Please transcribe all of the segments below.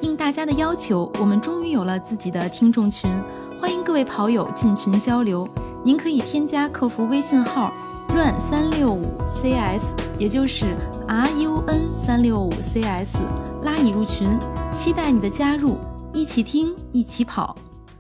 应大家的要求，我们终于有了自己的听众群，欢迎各位跑友进群交流。您可以添加客服微信号 run365cs， 也就是 RUN365cs， 拉你入群，期待你的加入，一起听，一起跑。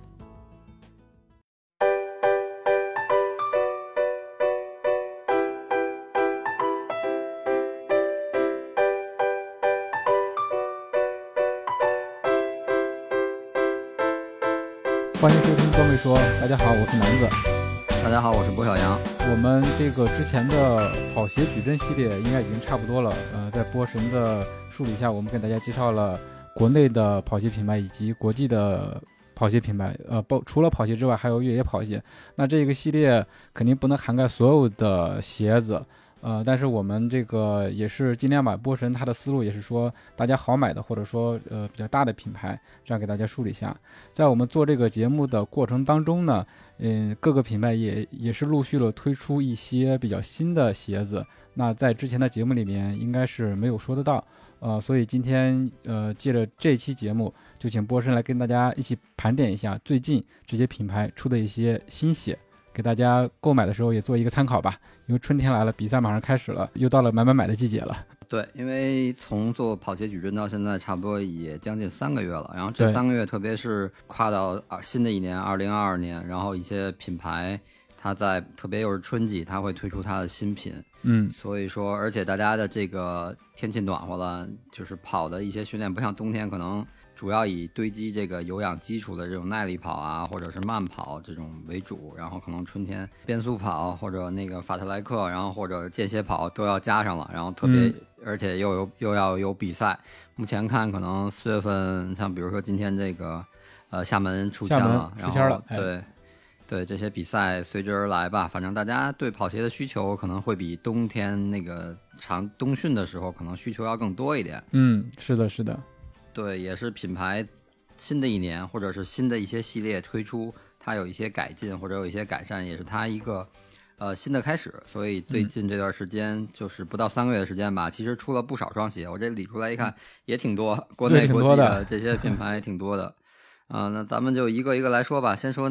欢迎收听装备说，大家好，我是南子。 大家好，我是郭小杨。 我们这个之前的跑鞋矩阵系列应该已经差不多了。在波神的梳理下，我们跟大家介绍了国内的跑鞋品牌以及国际的跑鞋品牌。除了跑鞋之外，还有越野跑鞋。那这个系列肯定不能涵盖所有的鞋子。但是我们这个也是尽量把波神他的思路也是说大家好买的或者说比较大的品牌，这样给大家梳理一下。在我们做这个节目的过程当中呢，各个品牌也是陆续了推出一些比较新的鞋子，那在之前的节目里面应该是没有说得到，所以今天借着这期节目就请波神来跟大家一起盘点一下最近这些品牌出的一些新鞋，给大家购买的时候也做一个参考吧。因为春天来了，比赛马上开始了，又到了买买的季节了。 对，因为从做跑鞋矩阵到现在差不多也将近3个月了，然后这3个月特别是跨到新的一年2022年，然后一些品牌它在特别又是春季，它会推出它的新品。所以说而且大家的这个天气暖和了，就是跑的一些训练不像冬天可能主要以堆积这个有氧基础的这种耐力跑啊，或者是慢跑这种为主，然后可能春天变速跑或者那个法特莱克，然后或者间歇跑都要加上了，然后特别而且又要有比赛。目前看可能4月份像比如说今天这个厦门出签了，然后对这些比赛随之而来吧。反正大家对跑鞋的需求可能会比冬天那个长冬训的时候可能需求要更多一点。 是的对，也是品牌新的一年或者是新的一些系列推出，它有一些改进或者有一些改善，也是它一个新的开始。所以最近这段时间就是不到3个月的时间吧，其实出了不少双鞋，我这理出来一看也挺多，国内国际的这些品牌挺多的。那咱们就一个一个来说吧。先说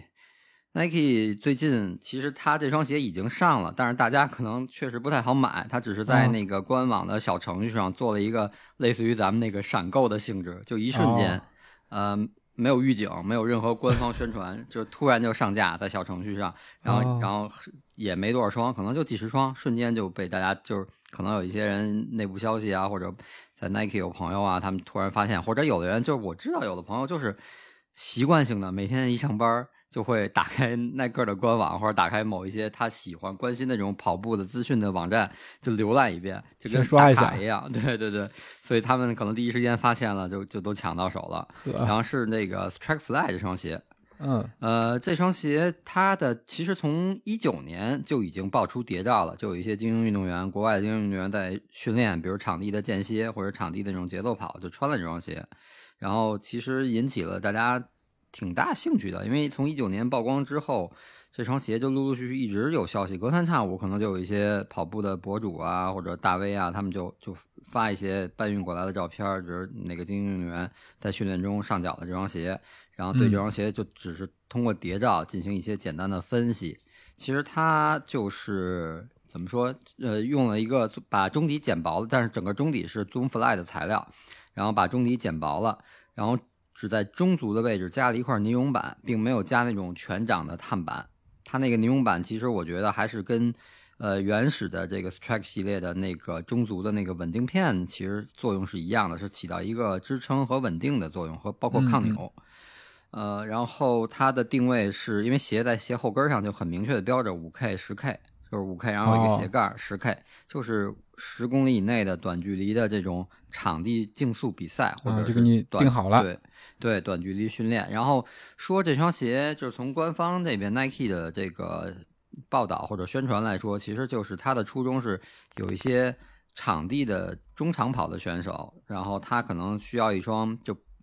Nike 最近其实它这双鞋已经上了，但是大家可能确实不太好买，它只是在那个官网的小程序上做了一个类似于咱们那个闪购的性质，就一瞬间没有预警，没有任何官方宣传，就突然就上架在小程序上，然后也没多少双，可能就几十双，瞬间就被大家就是可能有一些人内部消息啊，或者在 Nike 有朋友啊，他们突然发现，或者有的人就是我知道有的朋友就是习惯性的每天一上班就会打开耐克的官网，或者打开某一些他喜欢关心的这种跑步的资讯的网站，就浏览一遍，就跟打卡一样。对，所以他们可能第一时间发现了，就都抢到手了。然后是那个 Strikefly 这双鞋，这双鞋它的其实从19年就已经爆出谍照了，就有一些精英运动员，国外的精英运动员在训练，比如场地的间歇或者场地的这种节奏跑，就穿了这双鞋，然后其实引起了大家挺大兴趣的。因为从19年曝光之后，这双鞋就陆陆续续一直有消息，隔三差五可能就有一些跑步的博主啊或者大 V 啊，他们就发一些搬运过来的照片，就是哪个精英运动员在训练中上脚的这双鞋，然后对这双鞋就只是通过谍照进行一些简单的分析。其实它就是怎么说，用了一个把中底剪薄了，但是整个中底是 Zoomfly 的材料，然后把中底剪薄了，然后只在中足的位置加了一块尼龙板，并没有加那种全掌的碳板。它那个尼龙板其实我觉得还是跟原始的这个 Strike 系列的那个中足的那个稳定片其实作用是一样的，是起到一个支撑和稳定的作用，和包括抗扭。然后它的定位是因为鞋在鞋后跟上就很明确的标着 5K 10K， 就是 5K 然后有一个鞋盖 10K， 就是10公里以内的短距离的这种场地竞速比赛，或者是就给你定好了。 对，短距离训练。然后说这双鞋就是从官方这边 Nike 的这个报道或者宣传来说，其实就是它的初衷是有一些场地的中长跑的选手，然后他可能需要一双就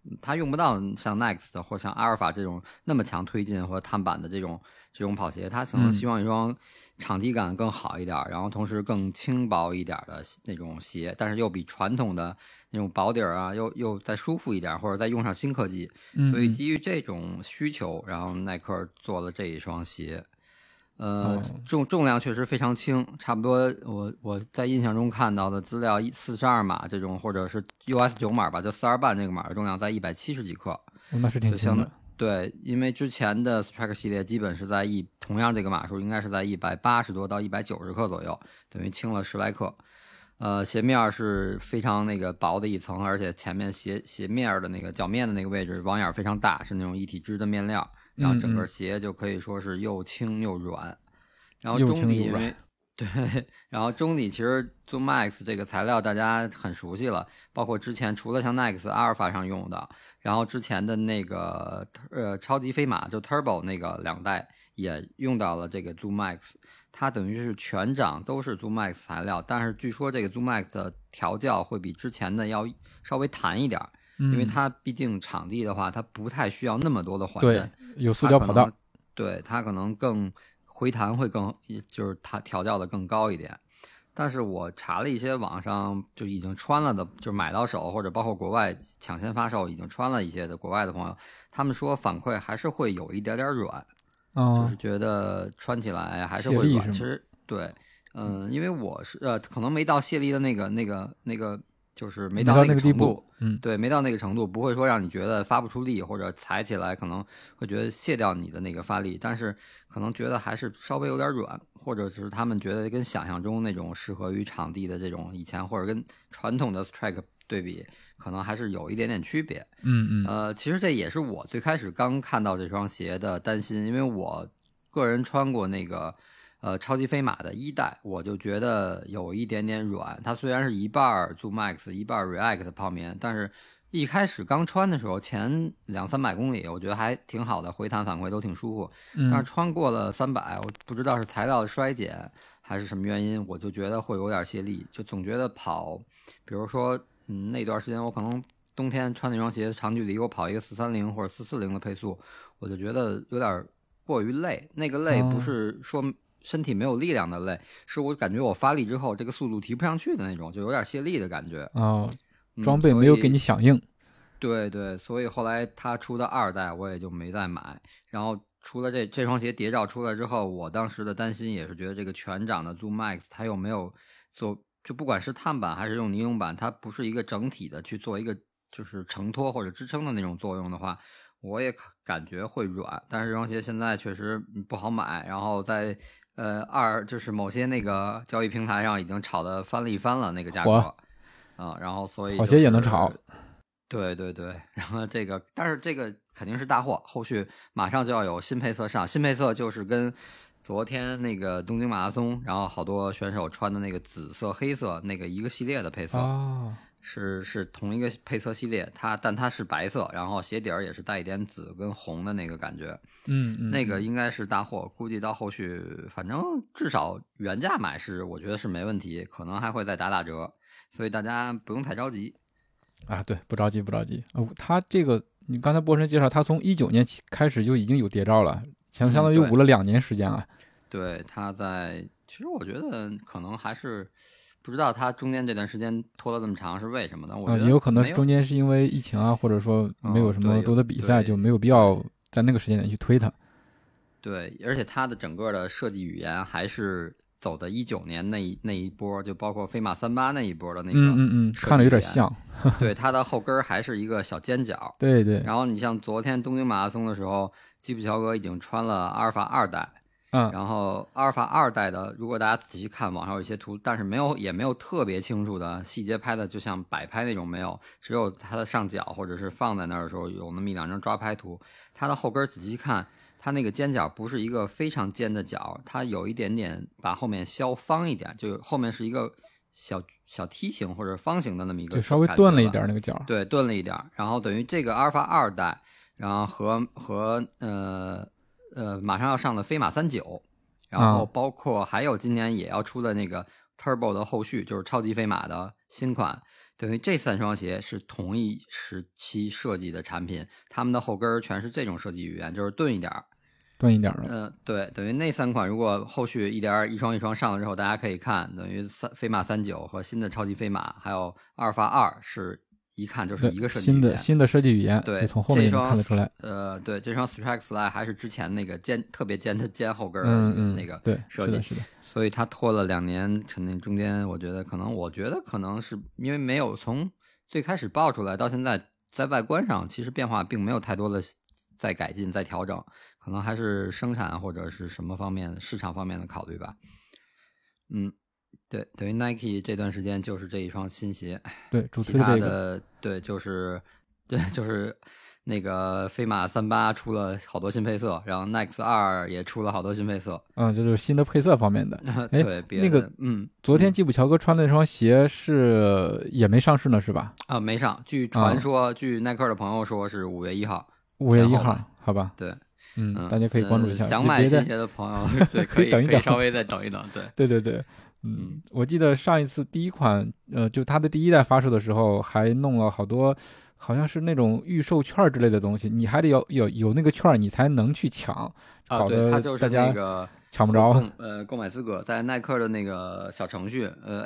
它用不到像 Next 或像阿尔法这种那么强推进和碳板的这种跑鞋，它可能希望一双场地感更好一点，然后同时更轻薄一点的那种鞋，但是又比传统的那种薄底儿啊又再舒服一点，或者再用上新科技。所以基于这种需求，然后耐克做了这一双鞋。重量确实非常轻，差不多我在印象中看到的资料42码这种，或者是 US9 码吧，就42半这个码的重量在170几克。 那是挺轻的。 对，因为之前的 Strike 系列基本是在同样这个码数应该是在180多到190克左右，等于轻了10来克。鞋面是非常那个薄的一层，而且前面鞋面的那个脚面的那个位置网眼非常大，是那种一体织的面料，然后整个鞋就可以说是又轻又软。然后中底因为对，然后中底其实 Zoom Max 这个材料大家很熟悉了，包括之前除了像 Next 阿尔法上用的，然后之前的那个超级飞马就 Turbo 那个2代也用到了这个 Zoom Max， 它等于是全掌都是 Zoom Max 材料，但是据说这个 Zoom Max 的调教会比之前的要稍微弹一点，因为它毕竟场地的话它不太需要那么多的缓震， 对，有塑胶跑道， 对，它可能更回弹会更，就是它调教的更高一点。但是我查了一些网上就已经穿了的，就是买到手或者包括国外抢先发售已经穿了一些的国外的朋友，他们说反馈还是会有一点点软，就是觉得穿起来还是会软。其实对，因为我是可能没到泄力的那个。就是没到那个程度，对，没到那个程度，不会说让你觉得发不出力，或者踩起来可能会觉得卸掉你的那个发力，但是可能觉得还是稍微有点软，或者是他们觉得跟想象中那种适合于场地的这种以前或者跟传统的 Strike 对比，可能还是有一点点区别。其实这也是我最开始刚看到这双鞋的担心，因为我个人穿过那个。超级飞马的1代，我就觉得有一点点软。它虽然是一半 Zoom Max 一半 React 泡棉，但是一开始刚穿的时候，前200-300公里，我觉得还挺好的，回弹反馈都挺舒服。但是穿过了300，我不知道是材料的衰减还是什么原因，我就觉得会有点泄力，就总觉得跑，比如说那段时间我可能冬天穿那双鞋长距离，我跑一个430或者440的配速，我就觉得有点过于累。那个累不是说身体没有力量的累，是我感觉我发力之后这个速度提不上去的那种，就有点泄力的感觉。 装备没有给你响应。 对，所以后来他出的2代我也就没再买。然后除了这双鞋谍照出来之后，我当时的担心也是觉得这个全掌的 Zoom Max 它有没有做，就不管是碳板还是用尼龙板，它不是一个整体的去做一个就是承托或者支撑的那种作用的话，我也感觉会软。但是这双鞋现在确实不好买，然后在就是某些那个交易平台上已经炒得翻了一番了那个价格然后所以好鞋也能炒。 对，然后但是这个肯定是大货，后续马上就要有新配色上，新配色就是跟昨天那个东京马拉松，然后好多选手穿的那个紫色、黑色那个一个系列的配色是同一个配色系列，但它是白色，然后鞋底儿也是带一点紫跟红的那个感觉。那个应该是大货，估计到后续反正至少原价买我觉得是没问题，可能还会再打折，所以大家不用太着急。 对，不着急。他这个你刚才波神介绍，他从19年开始就已经有谍照了，相当于捂了2年时间了。 对，其实我觉得可能还是不知道他中间这段时间拖了这么长是为什么呢？我觉得也有可能是中间是因为疫情啊，或者说没有什么多的比赛，就没有必要在那个时间点去推它。 对，而且它的整个的设计语言还是走的19年那一波，就包括飞马38那一波的那个看着有点像。 对，它的后跟还是一个小尖角。 对。 然后你像昨天东京马拉松的时候，基普乔格已经穿了阿尔法2代。然后阿尔法2代的，如果大家仔细看网上有一些图，但是也没有特别清楚的细节拍的，就像摆拍那种没有，只有它的上角或者是放在那儿的时候有那么1-2张抓拍图。它的后跟仔细看，它那个尖角不是一个非常尖的角，它有一点点把后面削方一点，就后面是一个小梯形或者方形的那么一个， 就稍微钝了一点那个角。 对，钝了一点。然后等于这个阿尔法2代，然后和马上要上的飞马39，然后包括还有今年也要出的那个 Turbo 的后续，就是超级飞马的新款， 等于这3双鞋是同一时期设计的产品，他们的后跟全是这种设计语言，就是钝一点的。 对，等于那3款如果后续一双一双上了之后，大家可以看，等于飞马39和新的超级飞马，还有阿尔法2是一看就是一个设计语言， 新的设计语言， 对， 从后面也能看得出来。 对，这双 Strike Fly 还是之前那个特别尖的尖后跟那个设计， 是的， 所以它拖了2年，肯定中间我觉得可能是因为没有从最开始爆出来到现在，在外观上其实变化并没有太多的在改进在调整，可能还是生产或者是什么方面市场方面的考虑吧。对，等于 Nike 这段时间就是这一双新鞋， 对， 其他的就是那个飞马38出了好多新配色，然后 Next 2也出了好多新配色， 这就是新的配色方面的。 对， 那个昨天基普乔格穿的那双鞋是也没上市呢，是吧？ 没上，据传说，据耐克的朋友说是5月1号 ，5月1号，好吧？ 对。 大家可以关注一下。 想买新鞋的朋友，对，可以稍微再等一等。 对，我记得上一次第一款，就它的第1代发售的时候，还弄了好多，好像是那种预售券之类的东西，你还得有那个券，你才能去抢。 对，它就是那个抢不着。 购买资格在耐克的那个小程序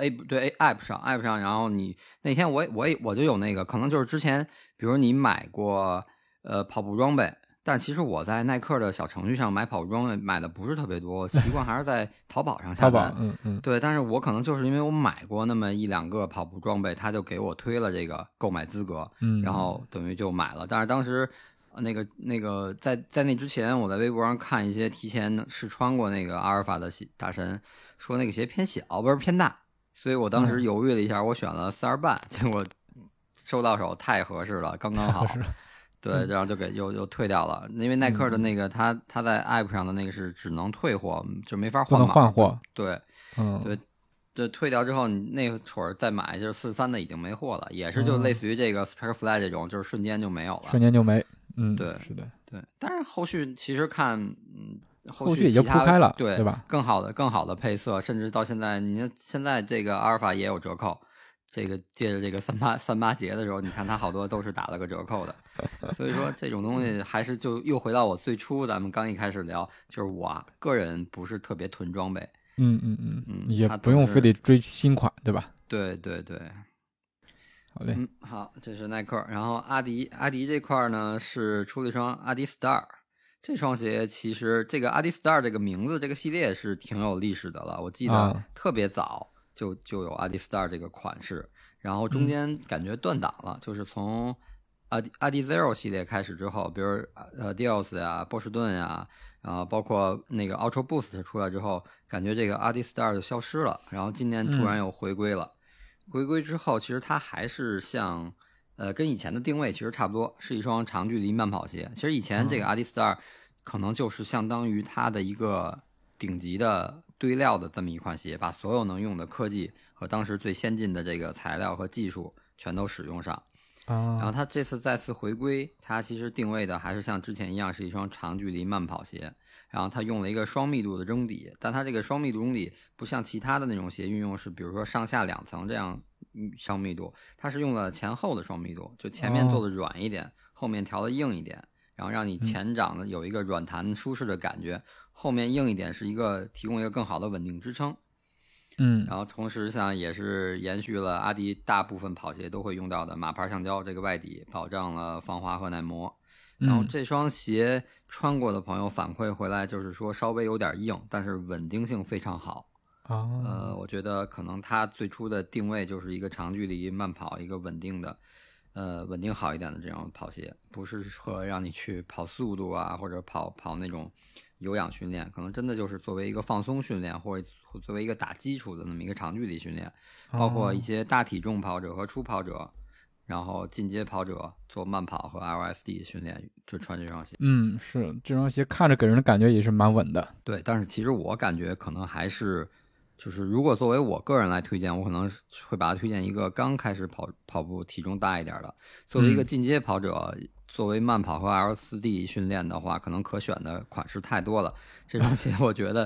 ，App 上，然后你那天我就有那个，可能就是之前，比如你买过跑步装备。但其实我在耐克的小程序上买跑步装备买的不是特别多，习惯还是在淘宝上下单。对，但是我可能就是因为我买过那么1-2个跑步装备，他就给我推了这个购买资格，然后等于就买了。但是当时那个在那之前，我在微博上看一些提前试穿过那个阿尔法的大神说那个鞋偏小，不是偏大，所以我当时犹豫了一下，我选了42半，结果收到手太合适了，刚刚好。对，然后就给又退掉了，因为耐克的那个他在 App 上的那个是只能退货，就没法换码。 换货。 对，对，退掉之后你那会儿再买就是43的已经没货了，也是就类似于这个 Strike Fly 这种，就是瞬间就没有了。 瞬间就没。 对， 是的， 对。但是后续其实看， 后续也就铺开了， 对吧？ 更好的配色，甚至到现在，你看现在这个阿尔法也有折扣。这个借着这个38节的时候，你看它好多都是打了个折扣的，所以说这种东西还是就又回到我最初咱们刚一开始聊，就是我个人不是特别囤装备， 也不用非得追新款，对吧？ 对， 好嘞， 好，这是耐克，然后阿迪这块呢是出了一双阿迪 Star， 这双鞋其实这个阿迪 Star 这个名字这个系列是挺有历史的了，我记得特别早。就有阿迪 Star 这个款式，然后中间感觉断档了，就是从阿迪 Zero 系列开始之后，比如Dios 呀、波士顿呀，然后包括那个 Ultra Boost 出来之后，感觉这个阿迪 Star 就消失了，然后今年突然又回归了。回归之后，其实它还是像跟以前的定位其实差不多，是一双长距离慢跑鞋。其实以前这个阿迪 Star 可能就是相当于它的一个顶级的堆料的这么一款鞋，把所有能用的科技和当时最先进的这个材料和技术全都使用上。然后它这次再次回归，它其实定位的还是像之前一样是一双长距离慢跑鞋，然后它用了一个双密度的中底，但它这个双密度中底不像其他的那种鞋运用是比如说上下2层这样双密度，它是用了前后的双密度，就前面做的软一点，后面调的硬一点，然后让你前掌呢有一个软弹舒适的感觉，后面硬一点是提供一个更好的稳定支撑。然后同时像也是延续了阿迪大部分跑鞋都会用到的马牌橡胶这个外底，保障了防滑和耐磨。然后这双鞋穿过的朋友反馈回来就是说稍微有点硬，但是稳定性非常好。我觉得可能它最初的定位就是一个长距离慢跑，一个稳定好一点的这样跑鞋，不是说让你去跑速度啊，或者跑那种有氧训练，可能真的就是作为一个放松训练，或者作为一个打基础的那么一个长距离训练，包括一些大体重跑者和初跑者，然后进阶跑者做慢跑和 LSD 训练就穿这双鞋。 是这双鞋看着给人的感觉也是蛮稳的。 对，但是其实我感觉可能还是就是如果作为我个人来推荐，我可能会把它推荐一个刚开始跑步体重大一点的，作为一个进阶跑者，作为慢跑和 LSD 训练的话，可能可选的款式太多了。这双鞋我觉得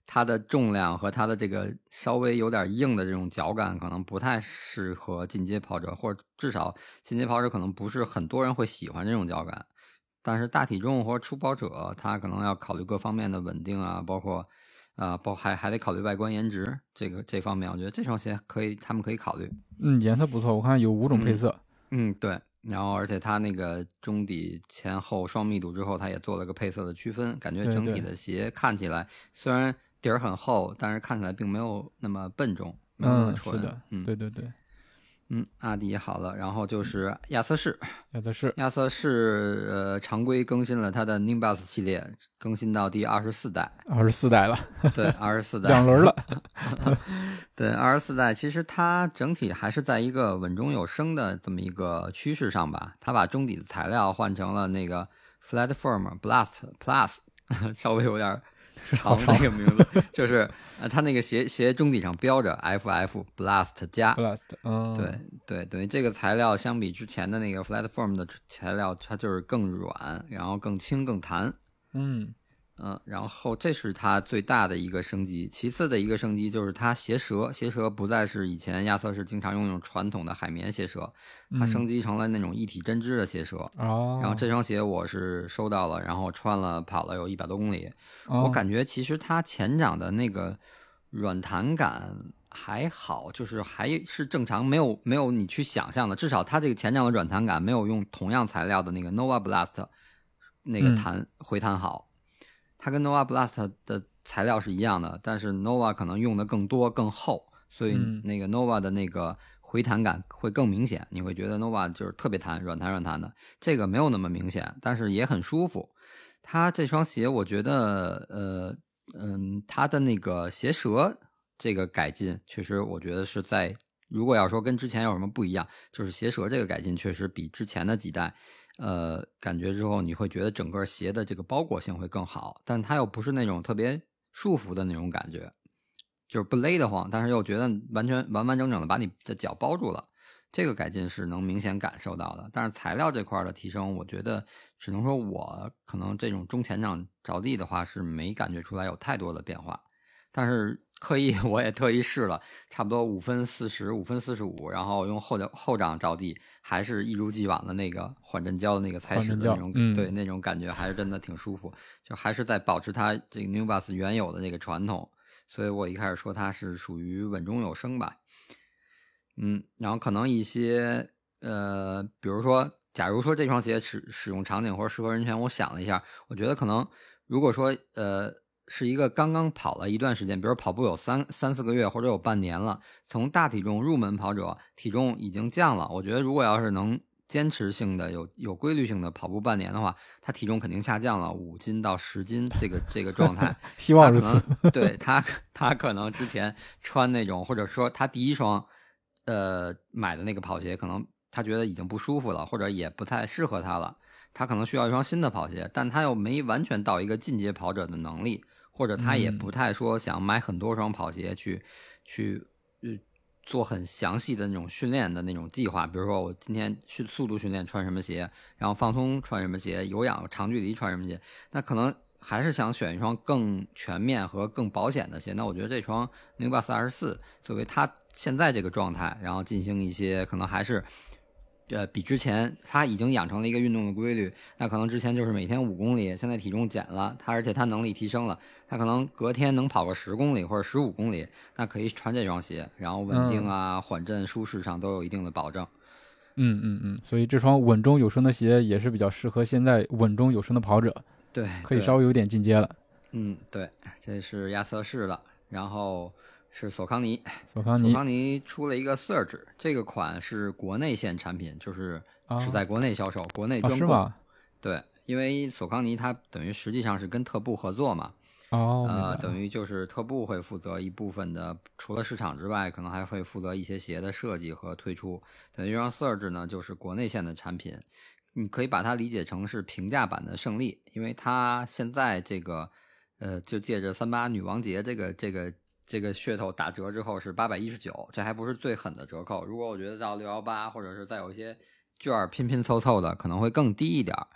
它的重量和它的这个稍微有点硬的这种脚感，可能不太适合进阶跑者，或者至少进阶跑者可能不是很多人会喜欢这种脚感。但是大体重或初跑者，他可能要考虑各方面的稳定啊，包括还得考虑外观颜值，这方面，我觉得这双鞋他们可以考虑。 颜色不错，我看有5种配色。 对。然后，而且它那个中底前后双密度之后，它也做了个配色的区分，感觉整体的鞋看起来虽然底儿很厚，但是看起来并没有那么笨重，没有那么蠢。 是的，对。 阿迪好了，然后就是亚瑟士。亚瑟士常规更新了它的 Nimbus 系列，更新到第24代。 24代了。 对，24代。 2轮了。 对，24代其实它整体还是在一个稳中有升的这么一个趋势上吧。它把中底的材料换成了那个 Flatform Blast Plus， 稍微有点长这个名字，就是它那个鞋中底上标着 FF Blast 加 Blast， 对，等于这个材料相比之前的那个 Flatform 的材料，它就是更软，然后更轻更弹。然后这是它最大的一个升级。其次的一个升级就是它鞋舌不再是以前亚瑟士经常用那种传统的海绵鞋舌，它升级成了那种一体针织的鞋舌。然后这双鞋我是收到了，然后穿了跑了有100多公里。我感觉其实它前掌的那个软弹感还好，就是还是正常，没有你去想象的，至少它这个前掌的软弹感没有用同样材料的那个 Nova Blast 那个回弹好。它跟 Nova Blast 的材料是一样的，但是 Nova 可能用的更多更厚，所以那个 Nova 的那个回弹感会更明显，你会觉得 Nova 就是特别弹，软弹的。这个没有那么明显，但是也很舒服。它这双鞋我觉得它的那个鞋舌这个改进确实我觉得是在，如果要说跟之前有什么不一样，就是鞋舌这个改进确实比之前的几代感觉之后你会觉得整个鞋的这个包裹性会更好，但它又不是那种特别束缚的那种感觉，就是不勒得慌，但是又觉得完整的把你的脚包住了，这个改进是能明显感受到的。但是材料这块的提升，我觉得只能说我可能这种中前掌着地的话是没感觉出来有太多的变化，但是我也特意试了，差不多5分40、5分45，然后用后掌着地，还是一如既往的那个缓震胶的那个踩屎的那种，对，那种感觉还是真的挺舒服，就还是在保持它这个 Nimbus 原有的这个传统，所以我一开始说它是属于稳中有升吧。然后可能一些比如说假如说这双鞋使用场景或者适合人群，我想了一下，我觉得可能如果说是一个刚刚跑了一段时间，比如跑步有3、4个月或者有半年了，从大体重入门跑者，体重已经降了，我觉得如果要是能坚持性的有规律性的跑步半年的话，他体重肯定下降了5斤到10斤这个状态。 希望如此。 对，他可能之前穿那种，或者说他第一双买的那个跑鞋，可能他觉得已经不舒服了，或者也不太适合他了，他可能需要一双新的跑鞋，但他又没完全到一个进阶跑者的能力，或者他也不太说想买很多双跑鞋去做很详细的那种训练的那种计划，比如说我今天速度训练穿什么鞋，然后放松穿什么鞋，有氧长距离穿什么鞋，那可能还是想选一双更全面和更保险的鞋。那我觉得这双 Nimbus 24作为他现在这个状态，然后进行一些可能还是比之前他已经养成了一个运动的规律，那可能之前就是每天5公里，现在体重减了，而且他能力提升了，他可能隔天能跑个10公里或者15公里，那可以穿这双鞋，然后稳定啊、缓震、舒适上都有一定的保证。 所以这双稳中有升的鞋也是比较适合现在稳中有升的跑者， 对， 可以稍微有点进阶了。 对，这是亚瑟士的，然后是索康尼出了一个 Surge， 这个款是国内线产品，就是只在国内销售，国内专供。 是吗？ 对，因为索康尼它等于实际上是跟特步合作嘛。等于就是特步会负责一部分的，除了市场之外，可能还会负责一些鞋的设计和推出。等于让 Surge 呢就是国内线的产品，你可以把它理解成是平价版的胜利，因为它现在这个就借着38女王节这个噱头打折之后是819，这还不是最狠的折扣。如果我觉得到618或者是再有一些券拼凑的可能会更低一点。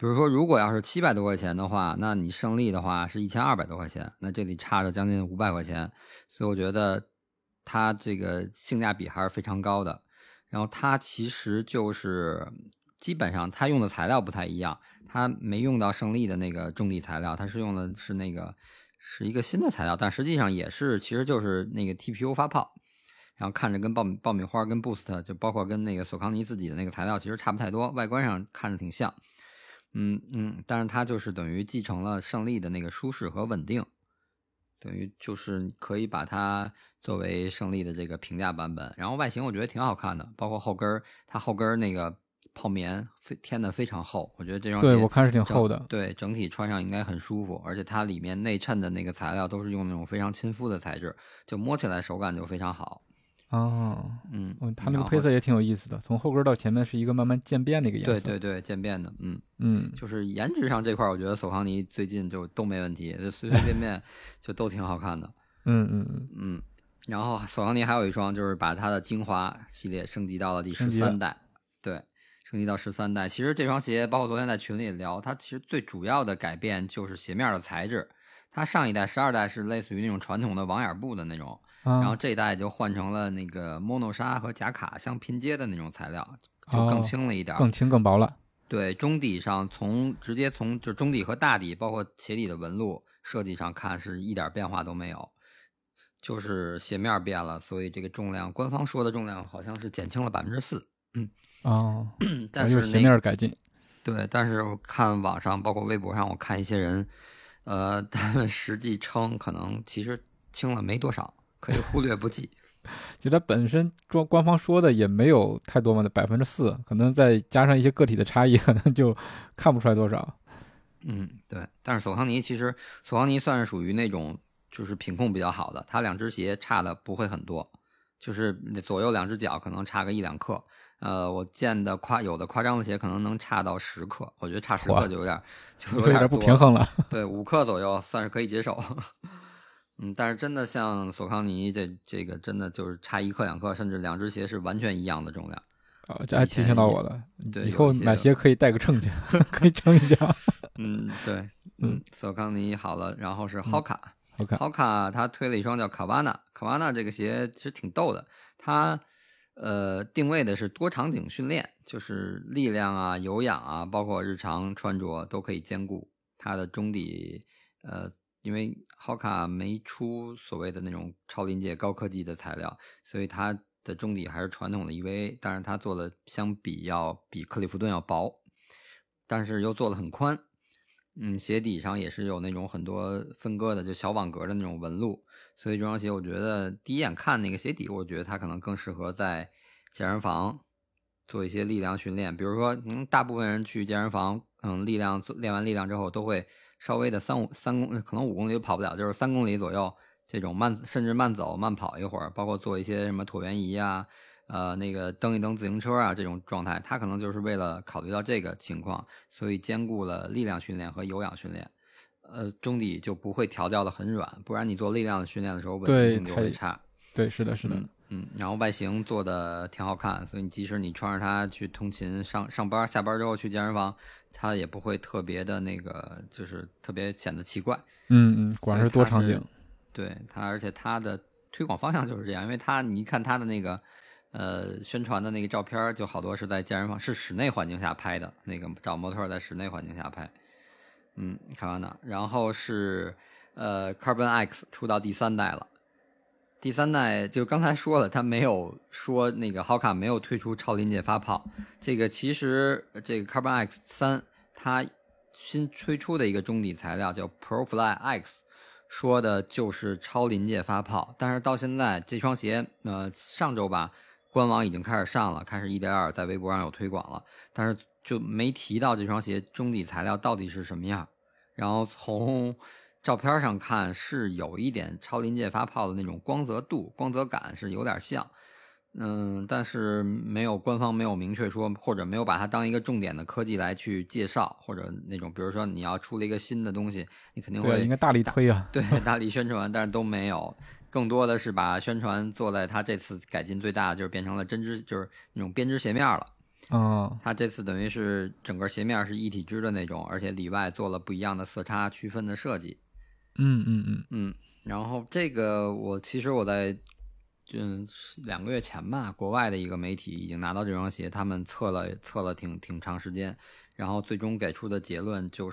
比如说如果要是700多块钱的话，那你胜利的话是1200多块钱，那这里差着将近500块钱，所以我觉得它这个性价比还是非常高的。然后它其实就是基本上它用的材料不太一样，它没用到胜利的那个中底材料，它是用的是一个新的材料，但实际上其实就是那个 TPU 发泡，然后看着跟爆米花跟 Boost 就包括跟那个索康尼自己的那个材料其实差不太多，外观上看着挺像。但是它就是等于继承了胜利的那个舒适和稳定，等于就是可以把它作为胜利的这个平价版本。然后外形我觉得挺好看的，包括后跟它后跟那个泡棉添的非常厚，我觉得这双鞋对我看是挺厚的， 对，整体穿上应该很舒服，而且它里面内衬的那个材料都是用那种非常亲肤的材质，就摸起来手感就非常好。 它那个配色也挺有意思的，从后跟到前面是一个慢慢渐变的一个颜色。 对，渐变的。 就是颜值上这块我觉得索康尼最近就都没问题，就随随便便就都挺好看的。然后索康尼还有一双就是把它的精华系列升级到了第13代，对，升级到13代。其实这双鞋包括昨天在群里聊，它其实最主要的改变就是鞋面的材质。它上一代12代是类似于那种传统的网眼布的那种，然后这一代就换成了那个 mono 纱和夹卡相拼接的那种材料，就更轻了一点， 更轻更薄了。 对，中底上直接从就中底和大底包括鞋底的纹路设计上看是一点变化都没有，就是鞋面变了，所以这个重量官方说的重量好像是减轻了4%。但是鞋面改进。 对，但是我看网上包括微博上我看一些人他们实际称可能其实轻了没多少，可以忽略不计。 就它本身官方说的也没有太多嘛，的4%，可能再加上一些个体的差异，可能就看不出来多少。 对。但是索康尼算是属于那种就是品控比较好的，它两只鞋差的不会很多，就是左右两只脚可能差个1-2克。我见的有的夸张的鞋可能能差到10克，我觉得差10克就有点不平衡了。 对，5克左右算是可以接受。但是真的像索康尼这个真的就是差1克2克，甚至两只鞋是完全一样的重量。 这还提醒到我了， 对， 以后买鞋可以带个秤去，可以称一下。 对，索康尼好了，然后是 Hoka，Hoka 他推了一双叫卡瓦纳这个鞋其实挺逗的，它定位的是多场景训练，就是力量啊、有氧啊，包括日常穿着都可以兼顾。它的中底因为 Hoka 没出所谓的那种超临界高科技的材料，所以它的中底还是传统的 EVA， 但是它做的相比要比克利夫顿要薄，但是又做的很宽。鞋底上也是有那种很多分割的就小网格的那种纹路，所以这双鞋我觉得第一眼看那个鞋底，我觉得它可能更适合在健身房做一些力量训练。比如说大部分人去健身房练完力量之后都会稍微的可能5公里都跑不了，就是3公里左右这种甚至慢走慢跑一会儿，包括做一些什么椭圆仪啊那个蹬一蹬自行车啊这种状态，他可能就是为了考虑到这个情况，所以兼顾了力量训练和有氧训练。中底就不会调教的很软，不然你做力量的训练的时候稳定性就会差。 对，是的。 然后外形做的挺好看，所以即使你穿着它去通勤上班下班之后去健身房，它也不会特别的那个就是特别显得奇怪。 果然是多场景。 对它，而且它的推广方向就是这样，因为你一看它的那个宣传的那个照片，就好多是在健身房是室内环境下拍的，那个找模特在室内环境下拍。卡瓦纳，然后是Carbon X 出到第3代了。第3代就刚才说了，他没有说那个 Hoka 没有推出超临界发泡，这个其实这个 Carbon X3 它新推出的一个中底材料叫 ProFly X， 说的就是超临界发泡，但是到现在这双鞋上周吧官网已经开始上了，开始 1.2 在微博上有推广了，但是就没提到这双鞋中底材料到底是什么样。然后从照片上看是有一点超临界发泡的那种光泽度光泽感是有点像，但是官方没有明确说，或者没有把它当一个重点的科技来去介绍，或者那种比如说你要出了一个新的东西，你肯定会应该大力推啊， 对，大力宣传，但是都没有，更多的是把宣传做在它这次改进最大的就是变成了就是那种编织鞋面了。 它这次等于是整个鞋面是一体织的那种，而且里外做了不一样的色差区分的设计。然后这个其实我在2个月前吧，国外的一个媒体已经拿到这双鞋，他们测了挺长时间，然后最终给出的结论就是，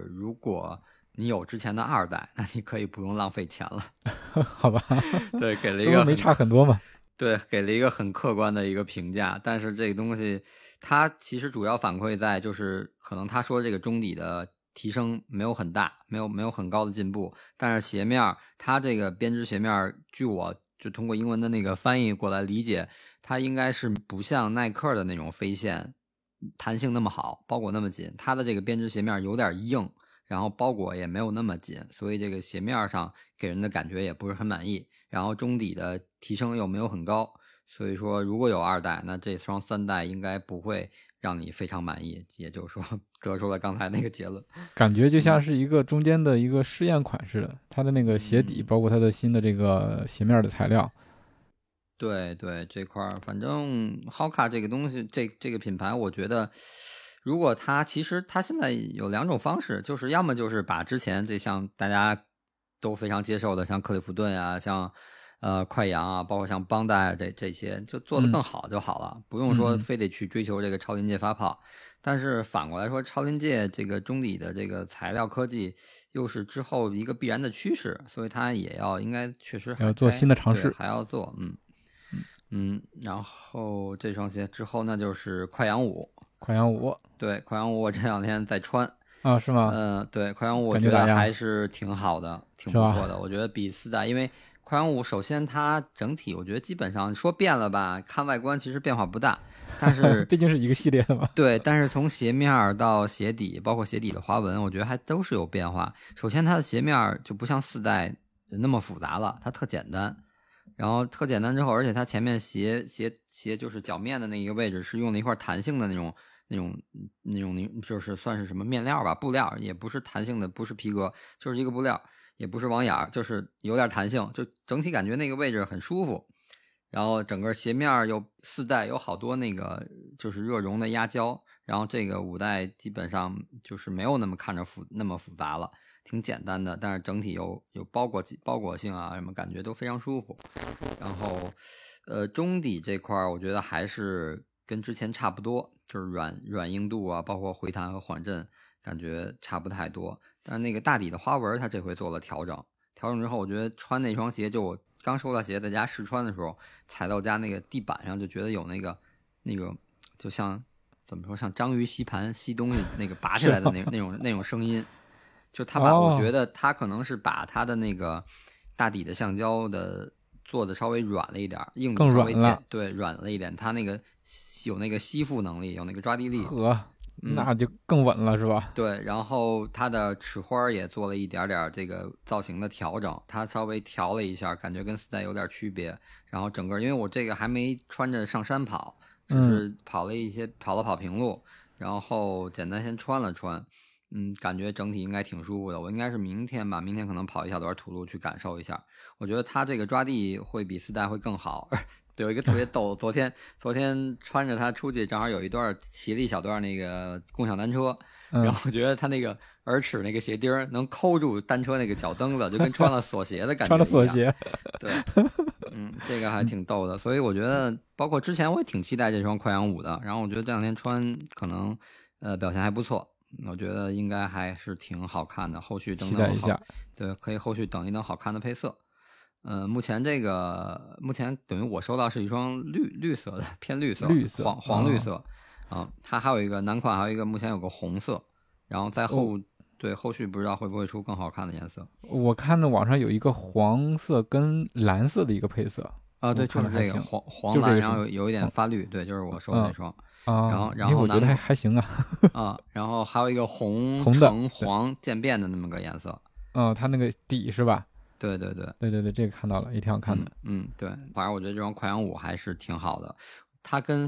如果你有之前的2代，那你可以不用浪费钱了。 好吧， 对，给了一个没差很多嘛。 对，给了一个很客观的一个评价，但是这个东西它其实主要反馈在就是可能他说这个中底的提升没有很大，没有很高的进步，但是鞋面它这个编织鞋面，据我就通过英文的那个翻译过来理解，它应该是不像耐克的那种飞线弹性那么好，包裹那么紧，它的这个编织鞋面有点硬，然后包裹也没有那么紧，所以这个鞋面上给人的感觉也不是很满意，然后中底的提升又没有很高，所以说如果有2代，那这双3代应该不会让你非常满意，也就是说得出了刚才那个结论。 感觉就像是一个中间的一个试验款似的，它的那个鞋底包括它的新的这个鞋面的材料。 对，这块反正 Hoka 这个东西，这个品牌，我觉得如果其实它现在有2种方式，就是要么就是把之前这像大家都非常接受的，像克利夫顿啊，像快羊啊，包括像邦代这些，就做得更好就好了，不用说非得去追求这个超临界发泡。但是反过来说，超临界这个中底的这个材料科技又是之后一个必然的趋势，所以它也应该确实还要做新的尝试， 还要做。然后这双鞋之后那就是快羊5。对，快羊5我这2天在穿啊，是吗？ 对，快羊5我觉得还是挺好的，挺不错的。我觉得比4代，因为快羊5首先它整体我觉得基本上说变了吧，看外观其实变化不大，但是毕竟是一个系列的嘛。 对，但是从鞋面到鞋底，包括鞋底的花纹，我觉得还都是有变化。首先它的鞋面就不像4代那么复杂了，它特简单。然后特简单之后，而且它前面鞋就是脚面的那一个位置是用了一块弹性的那种，就是算是什么面料吧，布料，也不是弹性的，不是皮革，就是一个布料，也不是网眼，就是有点弹性，就整体感觉那个位置很舒服。然后整个鞋面有4代有好多那个就是热熔的压胶，然后这个5代基本上就是没有那么看着那么复杂了。挺简单的，但是整体有包裹性啊，什么感觉都非常舒服。然后，中底这块我觉得还是跟之前差不多，就是软硬度啊，包括回弹和缓震，感觉差不太多。但是那个大底的花纹，它这回做了调整之后，我觉得穿那双鞋，就我刚收到鞋在家试穿的时候，踩到家那个地板上，就觉得有那个，就像怎么说，像章鱼吸盘吸东西那个拔起来的那种声音。就他我觉得他可能是把他的那个大底的橡胶的做的稍微软了一点，硬度稍微软了一点，他那个有那个吸附能力，有那个抓地力， 那就更稳了是吧？ 对，然后它的齿花也做了一点这个造型的调整，它稍微调了一下，感觉跟4代有点区别。然后整个因为我这个还没穿着上山跑，只是跑了平路，然后简单先穿了穿。感觉整体应该挺舒服的。我应该是明天可能跑一小段土路去感受一下。我觉得它这个抓地会比4代会更好。有一个特别逗，昨天穿着它出去，正好有一段骑了一小段那个共享单车，然后我觉得它那个耳齿那个鞋钉能扣住单车那个脚蹬子，就跟穿了锁鞋的感觉一样。 穿了锁鞋， 对，这个还挺逗的。所以我觉得，包括之前我也挺期待这双快羊5的，然后我觉得这2天穿可能表现还不错。我觉得应该还是挺好看的，后续等期待一下。 对，可以后续等一等好看的配色。目前等于我收到是一双绿色的，偏绿色，黄绿色它还有一个男款，还有一个目前有个红色，然后在后续不知道会不会出更好看的颜色。 我看到网上有一个黄色跟蓝色的一个配色对，就是这个黄蓝，然后有一点发绿，对，就是我收的那双。然后我觉得还行啊。然后还有一个红橙黄渐变的那么个颜色。 它那个底是吧？ 对， 这个看到了，也挺好看的。 对，反正我觉得这双快羊5还是挺好的。它跟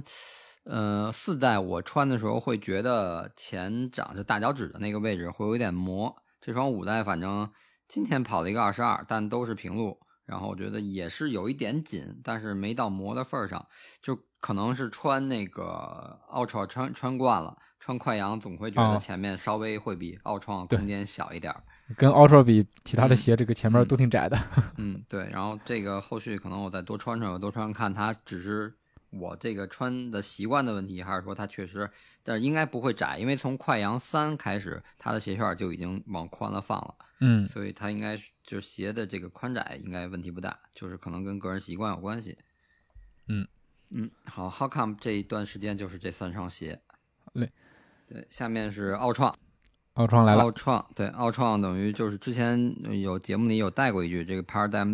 4代我穿的时候会觉得前掌就大脚趾的那个位置会有一点磨。这双5代反正今天跑了一个22，但都是平路。然后我觉得也是有一点紧，但是没到磨的份上，就可能是穿那个Ultra 穿惯了，穿快羊总会觉得前面稍微会比奥创空间小一点。 跟 Ultra 比，其他的鞋这个前面都挺窄的。 对。然后这个后续可能我再多穿穿，我多穿看，它只是我这个穿的习惯的问题，还是说它确实，但是应该不会窄，因为从快羊3开始，它的鞋楦就已经往宽了放了。所以它应该就是鞋的这个宽窄应该问题不大，就是可能跟个人习惯有关系。好 ，How come 这一段时间就是这3双鞋。对，下面是奥创来了。奥创等于就是之前有节目里有带过一句，这个 Paradigm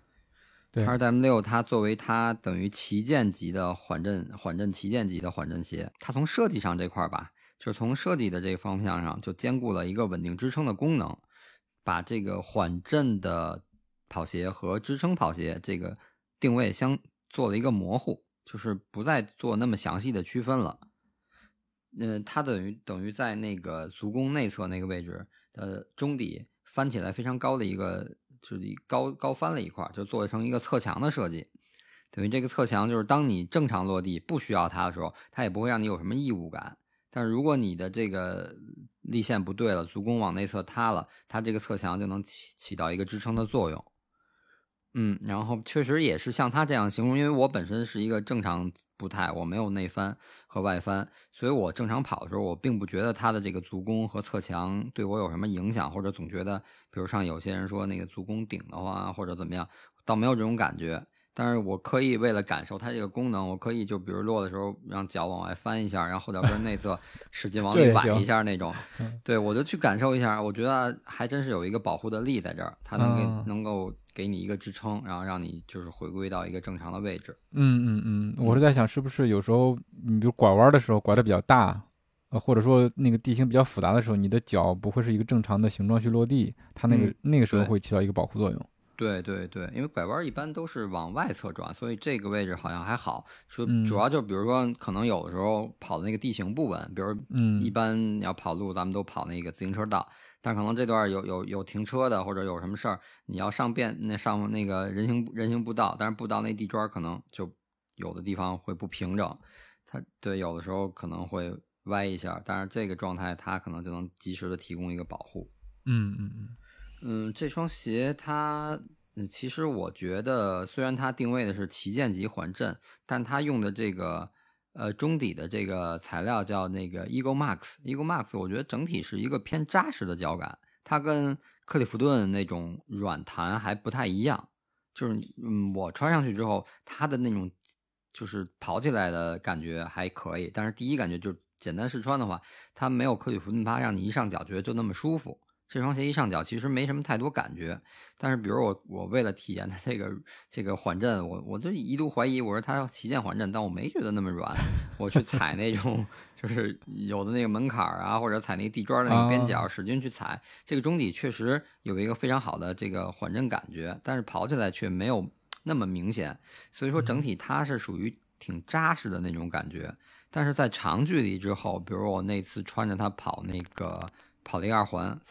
6。Paradigm 6它作为它等于旗舰级的缓震旗舰级的缓震鞋，它从设计上这块吧，就是从设计的这个方向上就兼顾了一个稳定支撑的功能，把这个缓震的跑鞋和支撑跑鞋这个定位做了一个模糊，就是不再做那么详细的区分了。它等于在那个足弓内侧那个位置的中底翻起来非常高的一个，就是高翻了一块，就做成一个侧墙的设计。等于这个侧墙就是当你正常落地不需要它的时候，它也不会让你有什么异物感。但是如果你的这个立线不对了，足弓往内侧塌了，它这个侧墙就能起到一个支撑的作用。然后确实也是像他这样形容，因为我本身是一个正常步态，我没有内翻和外翻，所以我正常跑的时候，我并不觉得他的这个足弓和侧墙对我有什么影响，或者总觉得，比如像有些人说那个足弓顶的话，或者怎么样，倒没有这种感觉。但是我可以为了感受它这个功能，我可以就比如落的时候让脚往外翻一下，然后后脚跟内侧使劲往里崴一下那种。对，我就去感受一下，我觉得还真是有一个保护的力在这儿，它能够给你一个支撑，然后让你就是回归到一个正常的位置。 我是在想是不是有时候你比如拐弯的时候拐得比较大，或者说那个地形比较复杂的时候，你的脚不会是一个正常的形状去落地，它那个时候会起到一个保护作用。 对，因为拐弯一般都是往外侧转，所以这个位置好像还好。主要就比如说，可能有的时候跑的那个地形不稳，比如一般你要跑路，咱们都跑那个自行车道，但可能这段有停车的，或者有什么事儿，你要上那个人行步道，但是步道那地砖可能就有的地方会不平整，它有的时候可能会歪一下，但是这个状态它可能就能及时的提供一个保护。这双鞋它其实我觉得虽然它定位的是旗舰级缓震，但它用的这个中底的这个材料叫那个 Eagle Max，我觉得整体是一个偏扎实的脚感，它跟克利夫顿那种软弹还不太一样，就是我穿上去之后，它的那种就是跑起来的感觉还可以，但是第一感觉就是简单试穿的话，它没有克利夫顿趴让你一上脚觉得就那么舒服。这双鞋一上脚其实没什么太多感觉，但是比如我为了体验它这个缓震，我就一度怀疑，我说它要旗舰缓震，但我没觉得那么软。我去踩那种就是有的那个门槛啊，或者踩那个地砖的那个边角，使劲去踩，这个中底确实有一个非常好的这个缓震感觉，但是跑起来却没有那么明显，所以说整体它是属于挺扎实的那种感觉。但是在长距离之后，比如我那次穿着它跑了一个2环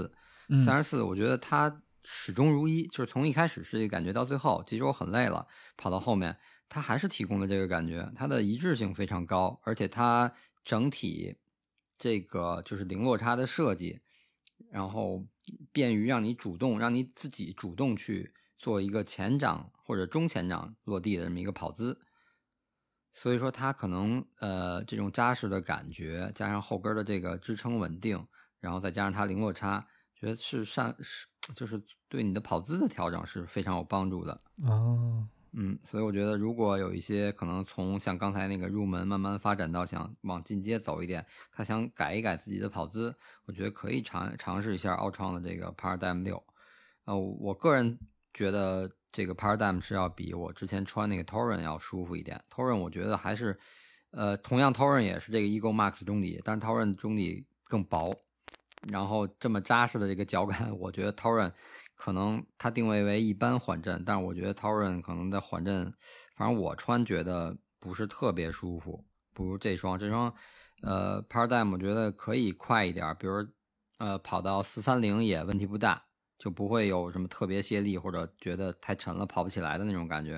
34，我觉得它始终如一，就是从一开始是这个感觉到最后，即使我很累了，跑到后面，它还是提供了这个感觉，它的一致性非常高，而且它整体这个就是零落差的设计，然后便于让你自己主动去做一个前掌或者中前掌落地的这么一个跑姿。所以说它可能这种扎实的感觉，加上后跟的这个支撑稳定，然后再加上它零落差，觉得就是对你的跑姿的调整是非常有帮助的。所以我觉得如果有一些可能从像刚才那个入门慢慢发展到想往进阶走一点，他想改一改自己的跑姿，我觉得可以尝试一下奥创的这个 Paradigm 6。我个人觉得这个 Paradigm 是要比我之前穿那个 Torrent 要舒服一点。Torrent 我觉得还是同样 Torrent 也是这个 Eagle Max 中底，但是 Torrent 中底更薄，然后这么扎实的这个脚感，我觉得 Torrent 可能它定位为一般缓震，但是我觉得 Torrent 可能的缓震，反正我穿觉得不是特别舒服，不如这双Paradigm 我觉得可以快一点，比如跑到430也问题不大，就不会有什么特别泄力或者觉得太沉了跑不起来的那种感觉。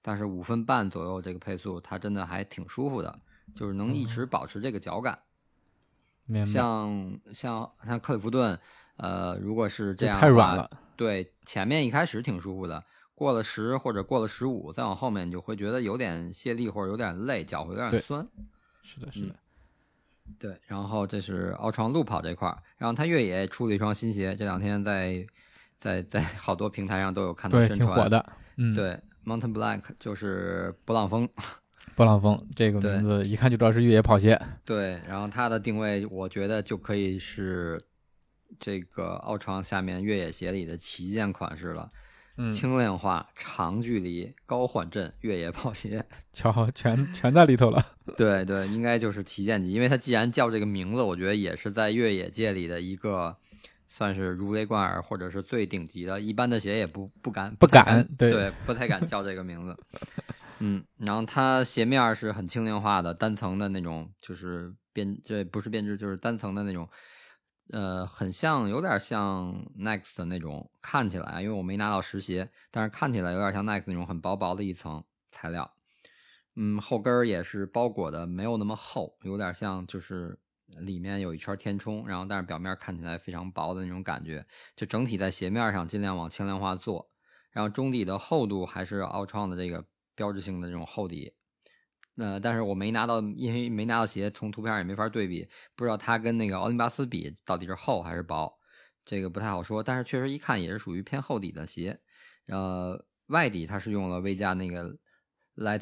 但是5分半左右这个配速，它真的还挺舒服的，就是能一直保持这个脚感。 明白。 像克里夫顿，如果是这样太软了， 对，前面一开始挺舒服的，过了10或者过了15，再往后面你就会觉得有点泄力或者有点累，脚会有点酸。 是的，是的。 对，然后这是奥创路跑这块，然后它越野出了一双新鞋，这2天在好多平台上都有看到宣传， 对，挺火的。 对 ，Mountain Black 就是勃朗峰。 勃朗峰这个名字一看就知道是越野跑鞋。 对，然后它的定位我觉得就可以是这个奥创下面越野鞋里的旗舰款式了。轻量化、长距离、高缓震越野跑鞋， 瞧，全在里头了。 对对，应该就是旗舰级，因为它既然叫这个名字，我觉得也是在越野界里的一个算是如雷贯耳或者是最顶级的，一般的鞋也不敢，对，不太敢叫这个名字。然后它鞋面是很轻量化的，单层的那种，就是这不是编织，就是单层的那种。很像，有点像 Next 的那种，看起来，因为我没拿到实鞋，但是看起来有点像 Next 那种很薄薄的一层材料。后跟也是包裹的没有那么厚，有点像就是里面有一圈填充，然后但是表面看起来非常薄的那种感觉。就整体在鞋面上尽量往轻量化做，然后中底的厚度还是奥创的这个标志性的这种厚底。但是我没拿到，因为没拿到鞋，从图片也没法对比，不知道它跟那个奥林巴斯比到底是厚还是薄，这个不太好说。但是确实一看也是属于偏厚底的鞋。外底它是用了微加那个 Light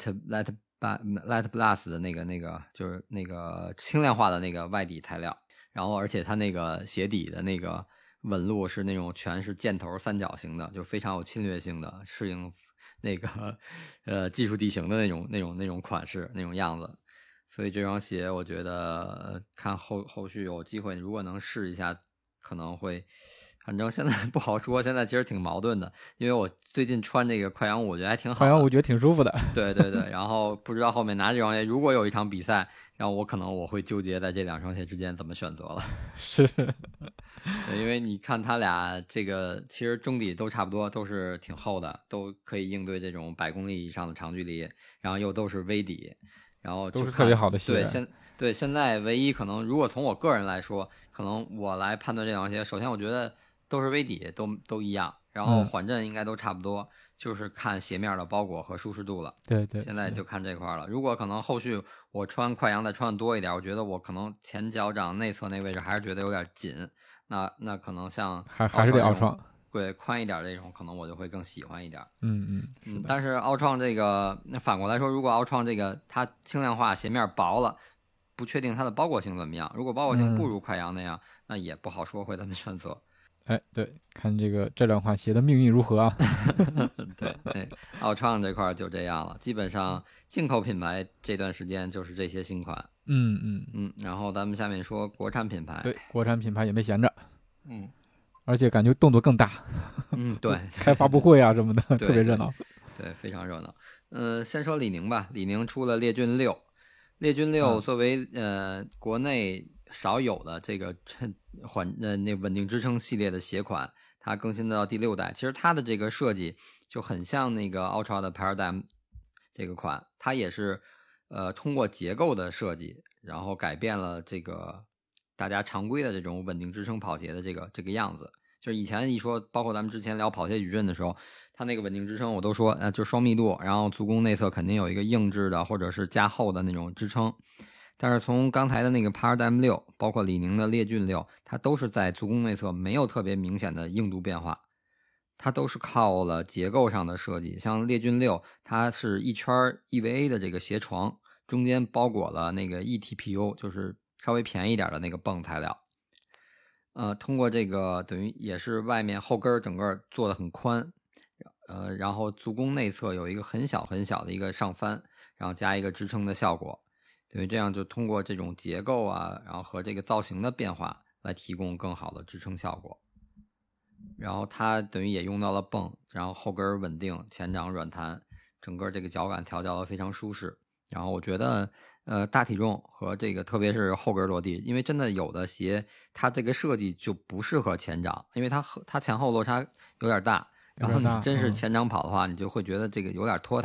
Plus 的那个就是那个轻量化的那个外底材料，然后而且它那个鞋底的那个纹路是那种全是箭头三角形的，就非常有侵略性的，适应那个技术地形的那种款式那种样子。所以这双鞋我觉得看后续有机会如果能试一下可能会，反正现在不好说，现在其实挺矛盾的，因为我最近穿这个快羊舞我觉得还挺好的， 快羊舞觉得挺舒服的。 对对对，然后不知道后面拿这双鞋如果有一场比赛，然后我会纠结在这2双鞋之间怎么选择了。 是对，因为你看他俩这个其实中底都差不多，都是挺厚的，都可以应对这种100公里以上的长距离，然后又都是微底，然后都是特别好的鞋。 对，现在唯一可能如果从我个人来说，可能我来判断这双鞋，首先我觉得都是微底，都一样，然后缓震应该都差不多，就是看鞋面的包裹和舒适度了。 对对， 现在就看这块了。如果可能后续我穿快羊再穿的多一点，我觉得我可能前脚掌内侧那位置还是觉得有点紧，那可能像还是得奥创， 对，宽一点这种可能我就会更喜欢一点。 但是奥创这个，那反过来说，如果奥创这个它轻量化，鞋面薄了，不确定它的包裹性怎么样。如果包裹性不如快羊那样，那也不好说会怎么选择。 对，看这两款鞋的命运如何啊？ 对，奥创这块就这样了，基本上进口品牌这段时间就是这些新款。然后咱们下面说国产品牌。 对，国产品牌也没闲着。而且感觉动作更大。 对， 开发布会啊什么的，特别热闹。 对，非常热闹。先说李宁吧，李宁出了烈骏6。烈骏6作为国内少有的这个那稳定支撑系列的鞋款，它更新到第6代。其实它的这个设计就很像那个 Ultra 的 Paradigm 这个款，它也是通过结构的设计，然后改变了这个大家常规的这种稳定支撑跑鞋的这个样子。就是以前一说，包括咱们之前聊跑鞋矩阵的时候，它那个稳定支撑我都说就双密度，然后足弓内侧肯定有一个硬质的或者是加厚的那种支撑。但是从刚才的那个 Paradigm 6，包括李宁的烈骏6，它都是在足弓内侧没有特别明显的硬度变化，它都是靠了结构上的设计。像烈骏6，它是一圈 EVA 的这个鞋床，中间包裹了那个 ETPU， 就是稍微便宜一点的那个泵材料。通过这个等于也是外面后跟整个做的很宽，然后足弓内侧有一个很小很小的一个上翻，然后加一个支撑的效果，等于这样就通过这种结构啊，然后和这个造型的变化来提供更好的支撑效果。然后它等于也用到了泵，然后后跟稳定，前掌软弹，整个这个脚感调教的非常舒适。然后我觉得大体重和这个特别是后跟落地，因为真的有的鞋它这个设计就不适合前掌，因为它前后落差有点大，然后你真是前掌跑的话，你就会觉得这个有点拖沓。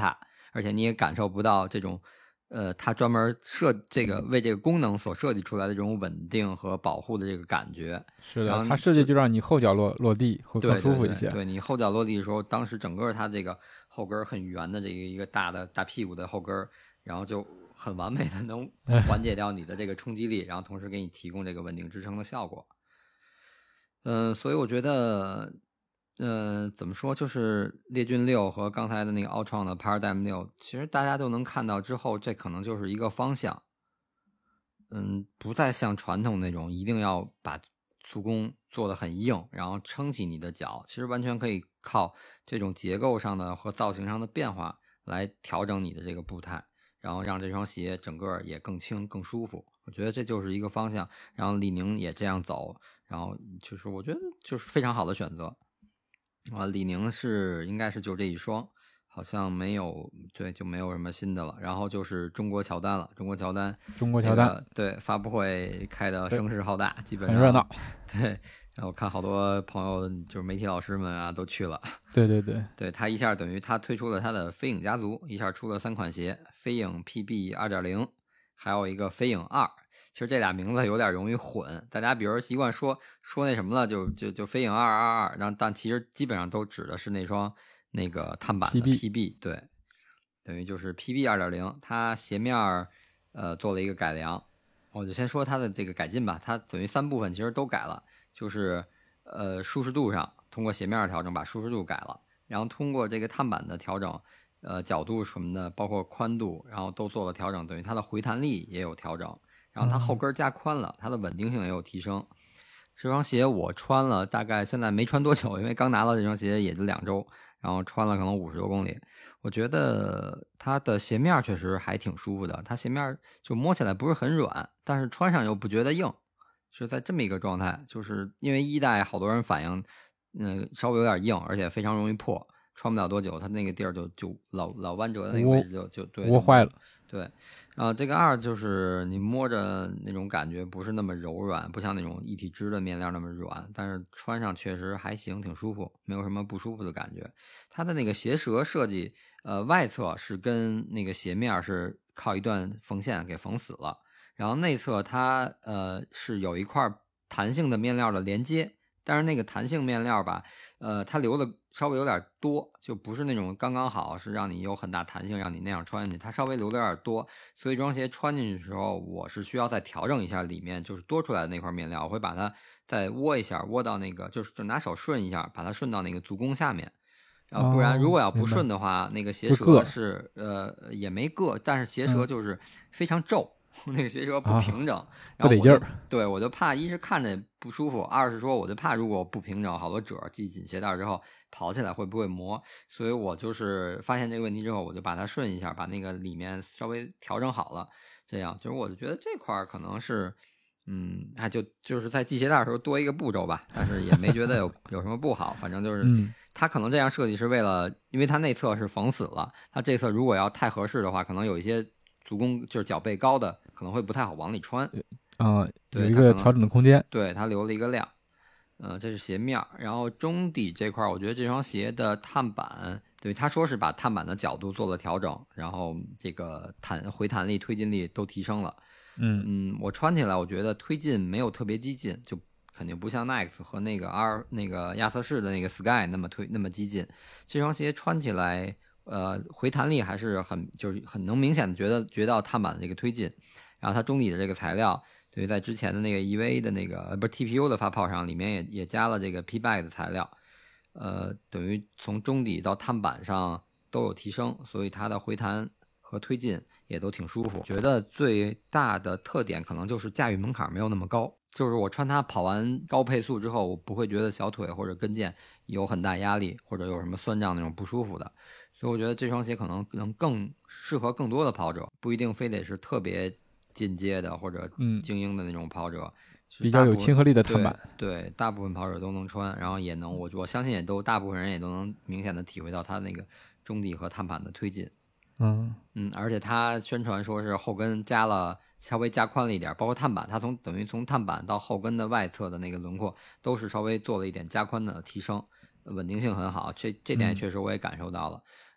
而且你也感受不到这种它专门为这个功能所设计出来的这种稳定和保护的这个感觉。 是的，它设计就让你后脚落地会更舒服一些。 对，你后脚落地的时候，当时整个它这个后跟很圆的一个大屁股的后跟，然后就很完美的能缓解掉你的这个冲击力，然后同时给你提供这个稳定支撑的效果。所以我觉得怎么说，就是猎骏6和刚才的那个奥创的 Paradigm 6，其实大家都能看到之后，这可能就是一个方向。不再像传统那种一定要把足弓做得很硬，然后撑起你的脚，其实完全可以靠这种结构上的和造型上的变化来调整你的这个步态，然后让这双鞋整个也更轻更舒服。我觉得这就是一个方向，然后李宁也这样走，然后就是我觉得就是非常好的选择。李宁应该是就这一双，好像没有，对，就没有什么新的了。然后就是中国乔丹了，中国乔丹，对，发布会开的声势浩大，基本上很热闹。 对，然后我看好多朋友就是媒体老师们啊都去了。 对， 他一下等于他推出了他的飞影家族，一下出了3款鞋，飞影 PB 2.0， 还有一个飞影2。其实这俩名字有点容易混，大家比如习惯说那什么了，就飞影222，然后但其实基本上都指的是那双那个碳板的 PB， 对，等于就是 PB 2.0， 它鞋面做了一个改良。我就先说它的这个改进吧，它等于3部分其实都改了，就是舒适度上通过鞋面的调整把舒适度改了，然后通过这个碳板的调整，角度什么的包括宽度，然后都做了调整，等于它的回弹力也有调整。然后它后跟加宽了，它的稳定性也有提升。这双鞋我穿了大概现在没穿多久，因为刚拿到这双鞋也就2周，然后穿了可能50多公里。我觉得它的鞋面确实还挺舒服的，它鞋面就摸起来不是很软，但是穿上又不觉得硬，是在这么一个状态。就是因为1代好多人反映稍微有点硬，而且非常容易破，穿不了多久它那个地儿就老弯折的那个位置就对窝坏了。 对，这个2就是你摸着那种感觉不是那么柔软，不像那种一体织的面料那么软，但是穿上确实还行，挺舒服，没有什么不舒服的感觉。它的那个鞋舌设计，外侧是跟那个鞋面是靠一段缝线给缝死了，然后内侧它是有一块弹性的面料的连接，但是那个弹性面料吧，它留的稍微有点多，就不是那种刚刚好是让你有很大弹性让你那样穿进去，它稍微留的有点多，所以这双鞋穿进去的时候我是需要再调整一下里面就是多出来的那块面料，我会把它再窝一下，窝到那个就拿手顺一下，把它顺到那个足弓下面，然后不然如果要不顺的话，那个鞋舌是也没硌，但是鞋舌就是非常皱，那个鞋舌不平整，然后我就怕一是看着不舒服，二是说我就怕如果不平整，好多褶系紧鞋带之后跑起来会不会磨，所以我就是发现这个问题之后，我就把它顺一下，把那个里面稍微调整好了，这样就是我就觉得这块可能是就是在系鞋带的时候多一个步骤吧，但是也没觉得有什么不好，反正就是它可能这样设计是为了，因为它内侧是缝死了，它这侧如果要太合适的话，可能有一些足弓就是脚背高的可能会不太好往里穿， 有一个调整的空间， 对，它留了一个量，这是鞋面。然后中底这块我觉得这双鞋的碳板，对，他说是把碳板的角度做了调整，然后这个回弹力推进力都提升了，我穿起来我觉得推进没有特别激进，就肯定不像 Nike 和那个亚瑟士的那个 Sky 那么激进，这双鞋穿起来回弹力还是就是很能明显的觉到碳板的这个推进，然后它中底的这个材料，对于在之前的那个 EVA 的那个不是 TPU 的发泡上，里面也加了这个 P-Bag 的材料，等于从中底到碳板上都有提升，所以它的回弹和推进也都挺舒服。觉得最大的特点可能就是驾驭门槛没有那么高，就是我穿它跑完高配速之后，我不会觉得小腿或者跟腱有很大压力，或者有什么酸胀那种不舒服的。所以我觉得这双鞋可能更适合更多的跑者，不一定非得是特别进阶的或者精英的那种跑者， 比较有亲和力的碳板， 对，大部分跑者都能穿，然后也能我相信大部分人也都能明显的体会到它那个中底和碳板的推进。而且它宣传说是后跟稍微加宽了一点，包括碳板，它等于从碳板到后跟的外侧的那个轮廓都是稍微做了一点加宽的提升，稳定性很好，这点确实我也感受到了。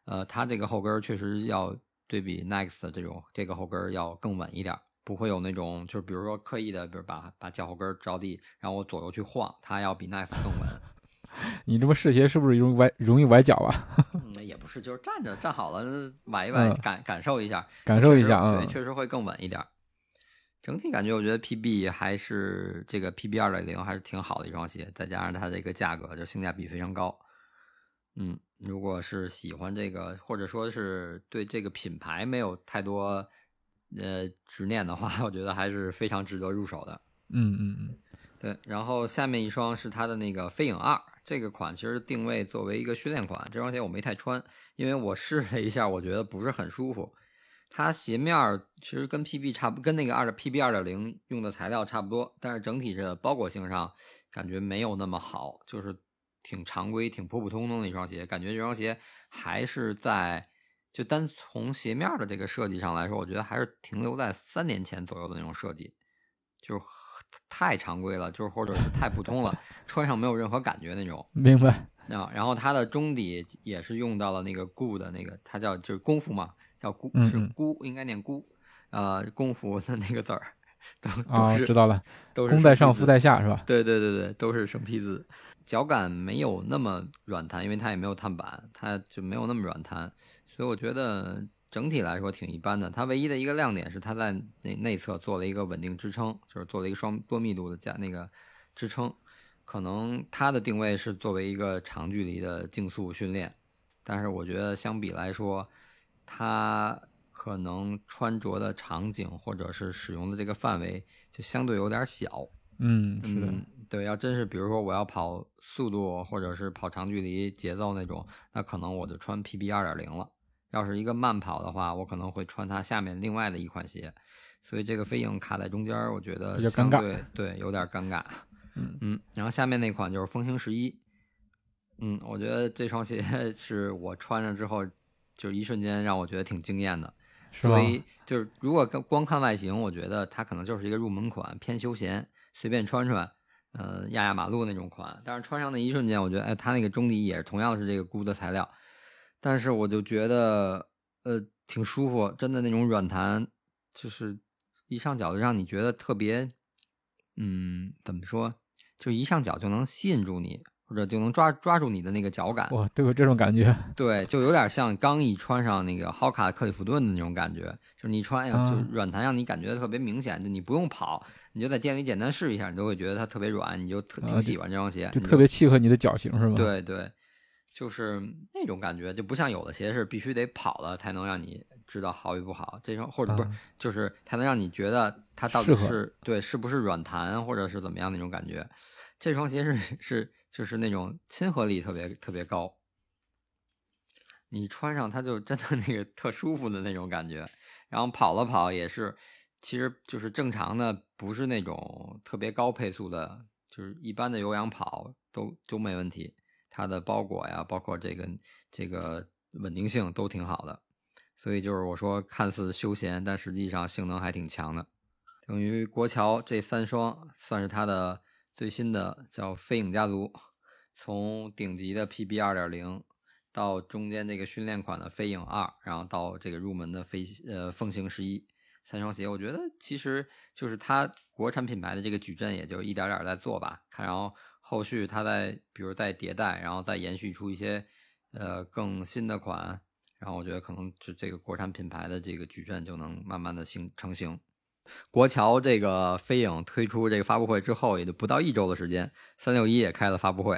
它这个后跟确实要对比 Next 这个后跟要更稳一点，不会有那种就是比如说刻意的，比如把脚后跟着地，然后我左右去晃，它要比 Next 更稳。 你这么试鞋是不是容易崴脚啊？ 也不是，就是站好了崴一崴，感受一下， 感受一下啊， 对，确实会更稳一点。整体感觉我觉得 PB 还是这个 PB 2.0还是挺好的一双鞋，再加上它这个价格就性价比非常高。如果是喜欢这个，或者说是对这个品牌没有太多执念的话，我觉得还是非常值得入手的。对，然后下面一双是它的那个飞影2，这个款其实定位作为一个训练款，这双鞋我没太穿，因为我试了一下，我觉得不是很舒服。它鞋面其实跟 PB 跟那个PB 2.0 用的材料差不多，但是整体的包裹性上感觉没有那么好，就是挺常规挺普普通通的一双鞋，感觉这双鞋还是就单从鞋面的这个设计上来说，我觉得还是停留在3年前左右的那种设计，就是太常规了，就是或者是太普通了，穿上没有任何感觉那种。 明白。 然后它的中底也是用到了那个 GU 的那个，它就是功夫嘛，叫GU，是GU，应该念GU，功夫的那个字儿都是知道了， 都是功在上，夫在下是吧？ 对，都是生僻字。脚感没有那么软弹，因为它也没有碳板，它就没有那么软弹，所以我觉得整体来说挺一般的。它唯一的一个亮点是它在内侧做了一个稳定支撑，就是做了一个双多密度的那个支撑。可能它的定位是作为一个长距离的竞速训练，但是我觉得相比来说，它可能穿着的场景或者是使用的这个范围就相对有点小。 是的， 对，要真是比如说我要跑速度或者是跑长距离节奏那种，那可能我就穿 PB 2.0 了。要是一个慢跑的话，我可能会穿它下面另外的一款鞋，所以这个飞影卡在中间，我觉得相对有点尴尬。然后下面那款就是风行11，我觉得这双鞋是我穿上之后就一瞬间让我觉得挺惊艳的，所以就是如果光看外形，我觉得它可能就是一个入门款，偏休闲，随便穿压马路那种款。但是穿上那一瞬间，我觉得它那个中底也是同样是这个GU的材料，但是我就觉得挺舒服，真的那种软弹，就是一上脚就让你觉得特别怎么说，就一上脚就能吸引住你，或者就能抓住你的那个脚感。 哇，都有这种感觉。 对，就有点像刚一穿上那个 Hoka 克利夫顿的那种感觉，就是你穿就软弹让你感觉特别明显，就你不用跑，你就在店里简单试一下，你都会觉得它特别软，你就挺喜欢这双鞋， 就特别契合你的脚型是吧？ 对，就是那种感觉，就不像有的鞋是必须得跑了才能让你知道好与不好，这双或者不是，就是才能让你觉得它到底是不是软弹或者是怎么样那种感觉。这双鞋就是那种亲和力特别高，你穿上它就真的那个特舒服的那种感觉。然后跑了跑也是，其实就是正常的，不是那种特别高配速的，就是一般的有氧跑都没问题。它的包裹呀，包括这个稳定性都挺好的，所以就是我说看似休闲，但实际上性能还挺强的。等于国桥这3双算是它的最新的叫飞影家族，从顶级的 PB 2.0 到中间这个训练款的飞影2，然后到这个入门的风行11，3双鞋，我觉得其实就是它国产品牌的这个矩阵也就一点点在做吧，看然后后续它比如再迭代，然后再延续出一些更新的款，然后我觉得可能就这个国产品牌的这个矩阵就能慢慢的成型。国桥这个飞影推出这个发布会之后，也就不到1周的时间，361也开了发布会，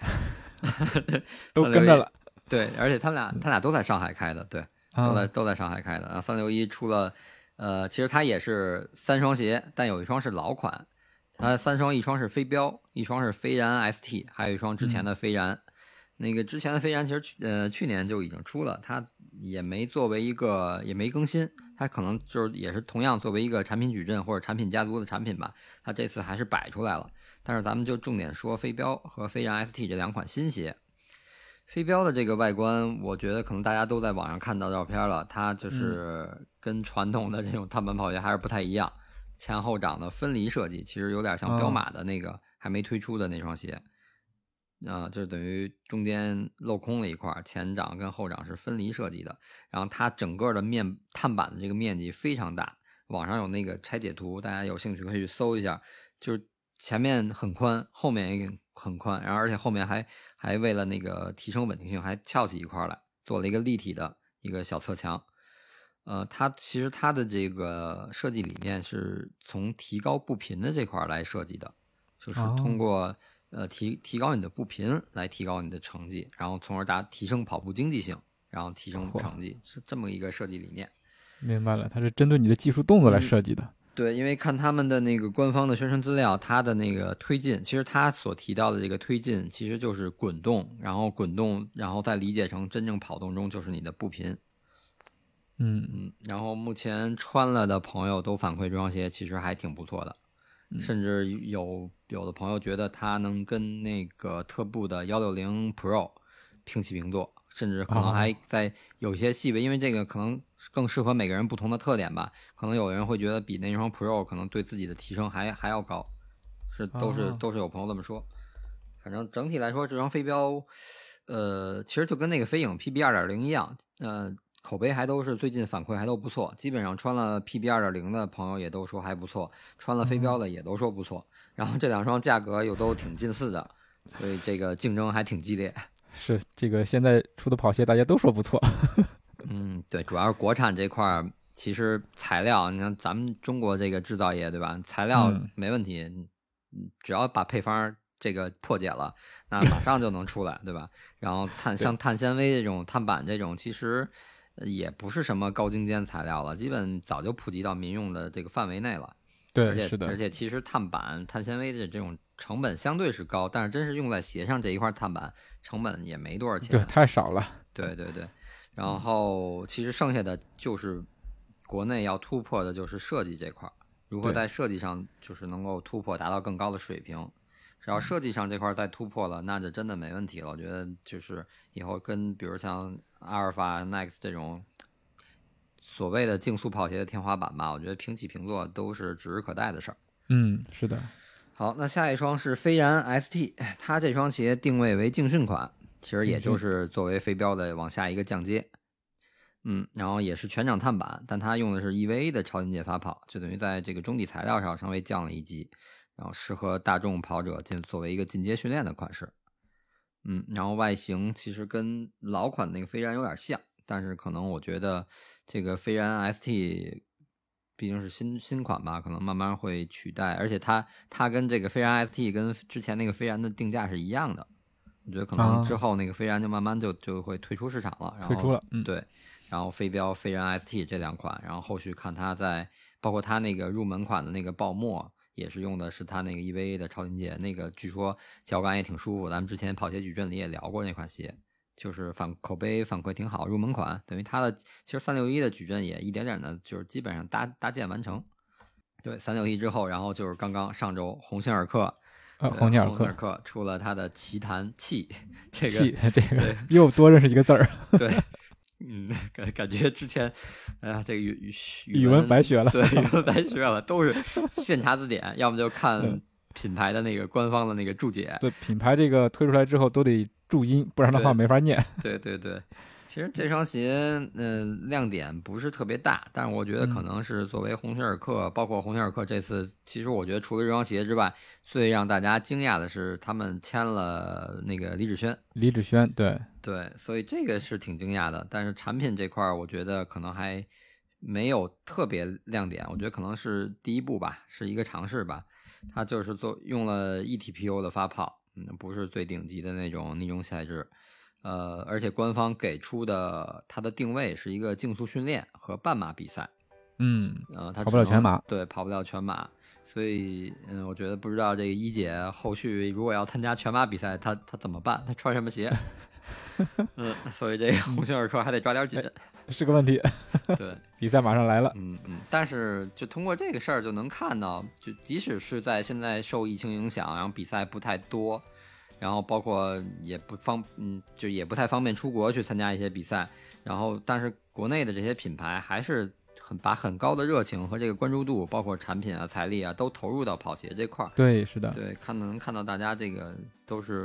都跟着了。 对，而且他俩都在上海开的，对，都在上海开的。然后361出了，其实它也是3双鞋，但有一双是老款。它3双，一双是飞镖，一双是飞然 ST， 还有一双之前的飞然。那个之前的飞然其实去年就已经出了，它也没更新，它可能就是也是同样作为一个产品矩阵或者产品家族的产品吧，它这次还是摆出来了。但是咱们就重点说飞镖和飞然 ST 这2款新鞋。飞镖的这个外观，我觉得可能大家都在网上看到照片了，它就是跟传统的这种碳板跑鞋还是不太一样，前后掌的分离设计其实有点像彪马的那个还没推出的那双鞋。 就是等于中间镂空了一块，前掌跟后掌是分离设计的。然后它整个的碳板的这个面积非常大，网上有那个拆解图，大家有兴趣可以去搜一下。就是前面很宽，后面也很宽，然后而且后面还为了那个提升稳定性，还翘起一块来，做了一个立体的一个小侧墙。其实它的这个设计理念是从提高步频的这块来设计的，就是通过提高你的步频来提高你的成绩，然后从而提升跑步经济性，然后提升成绩，是这么一个设计理念。 明白了，它是针对你的技术动作来设计的。 对，因为看他们的那个官方的宣传资料，它的那个推进，其实它所提到的这个推进其实就是滚动，然后再理解成真正跑动中就是你的步频。然后目前穿了的朋友都反馈这双鞋其实还挺不错的，甚至有的朋友觉得它能跟那个特步的160 Pro 平起平坐，甚至可能还在有些细微，因为这个可能更适合每个人不同的特点吧，可能有人会觉得比那双 Pro 可能对自己的提升还要高，都是有朋友这么说。反正整体来说这双飞镖其实就跟那个飞影 PB 2.0 一样，口碑还都是最近反馈还都不错，基本上穿了 PB 2.0 的朋友也都说还不错，穿了飞镖的也都说不错，然后这两双价格又都挺近似的，所以这个竞争还挺激烈。 是，这个现在出的跑鞋大家都说不错。 对，主要是国产这块其实材料，你看咱们中国这个制造业对吧，材料没问题，只要把配方这个破解了，那马上就能出来对吧？然后像碳纤维这种碳板这种其实也不是什么高精尖材料了，基本早就普及到民用的这个范围内了。 对，是的。 而且其实碳板、碳纤维的这种成本相对是高，但是真是用在鞋上这一块碳板成本也没多少钱。 对，太少了。 对。然后其实剩下的就是国内要突破的就是设计这块，如何在设计上就是能够突破，达到更高的水平。只要设计上这块再突破了，那就真的没问题了。我觉得就是以后跟比如像阿尔法、Next 这种所谓的竞速跑鞋的天花板吧，我觉得平起平坐都是指日可待的事儿。 是的。 好，那下一双是飞然 ST， 它这双鞋定位为竞训款，其实也就是作为飞镖的往下一个降阶。然后也是全掌碳板，但它用的是 EVA 的超临界发泡，就等于在这个中底材料上稍微降了一级，然后适合大众跑者作为一个进阶训练的款式。然后外形其实跟老款那个飞然有点像，但是可能我觉得这个飞然 ST 毕竟是新款吧，可能慢慢会取代，而且它跟这个飞然 ST 跟之前那个飞然的定价是一样的，我觉得可能之后那个飞然就慢慢就会退出市场了，然后退出了。 对，然后飞镖、飞然 ST 这两款，然后后续看它包括它那个入门款的那个爆墨，也是用的是它那个 EVA 的超临界，那个据说脚感也挺舒服，咱们之前跑鞋矩阵里也聊过那款鞋，就是口碑反馈挺好，入门款，等于它的其实361的矩阵也一点点的就是基本上搭建完成。对，361之后，然后就是刚刚上周鸿星尔克鸿星尔克出了它的奇谭气，这个又多认识一个字儿。 对。感觉之前，这个语文白学了。 对，语文白学了，都是现查字典，要么就看品牌的那个官方的那个注解。 对，品牌这个推出来之后都得注音，不然的话没法念。 对，其实这双鞋，亮点不是特别大，但是我觉得可能是作为鸿星尔克，包括鸿星尔克这次，其实我觉得除了这双鞋之外，最让大家惊讶的是他们签了那个李芷萱。对，所以这个是挺惊讶的。但是产品这块我觉得可能还没有特别亮点，我觉得可能是第一步吧，是一个尝试吧。它就是用了 1TPU 的发泡，不是最顶级的那种逆中材质。而且官方给出的它的定位是一个竞速训练和半马比赛。它跑不了全马。 对，跑不了全马。所以我觉得不知道这个一姐后续如果要参加全马比赛，她怎么办？她穿什么鞋？所以这个鸿星尔克还得抓点紧， 是个问题。 对， 比赛马上来了。 但是就通过这个事儿就能看到，就即使是在现在受疫情影响，然后比赛不太多，然后包括也就也不太方便出国去参加一些比赛，然后但是国内的这些品牌还是把很高的热情和这个关注度，包括产品啊、财力啊，都投入到跑鞋这块儿。 对，是的。 对，能看到大家这个都是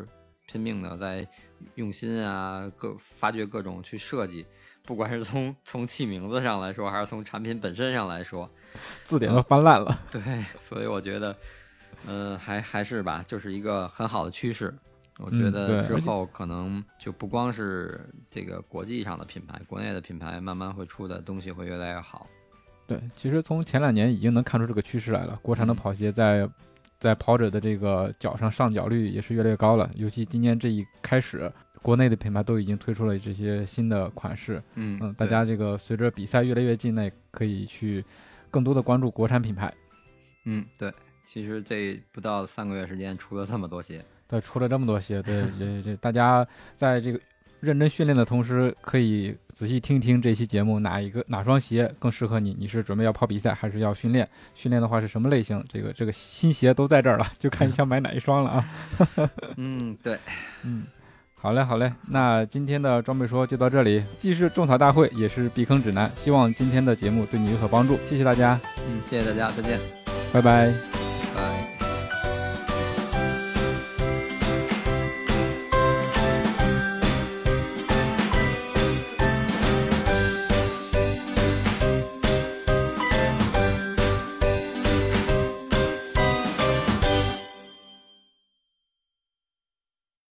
拼命的在用心啊，发掘各种去设计，不管是从起名字上来说，还是从产品本身上来说， 字典都翻烂了。 对，所以我觉得，还是吧，就是一个很好的趋势。我觉得之后可能就不光是这个国际上的品牌，国内的品牌慢慢会出的东西会越来越好。 对，其实从前2年已经能看出这个趋势来了，国产的跑鞋在跑者的这个脚上上脚率也是越来越高了，尤其今年这一开始，国内的品牌都已经推出了这些新的款式。大家这个随着比赛越来越近，那也可以去更多的关注国产品牌。 对，其实这不到3个月时间出了这么多鞋。 对，出了这么多鞋，对，这大家在这个认真训练的同时，可以仔细听一听这期节目，哪双鞋更适合你？你是准备要跑比赛，还是要训练？训练的话是什么类型？这个新鞋都在这儿了，就看你想买哪一双了啊。 对， 好嘞，那今天的装备说就到这里，既是种草大会，也是避坑指南，希望今天的节目对你有所帮助，谢谢大家。 谢谢大家，再见， 拜拜。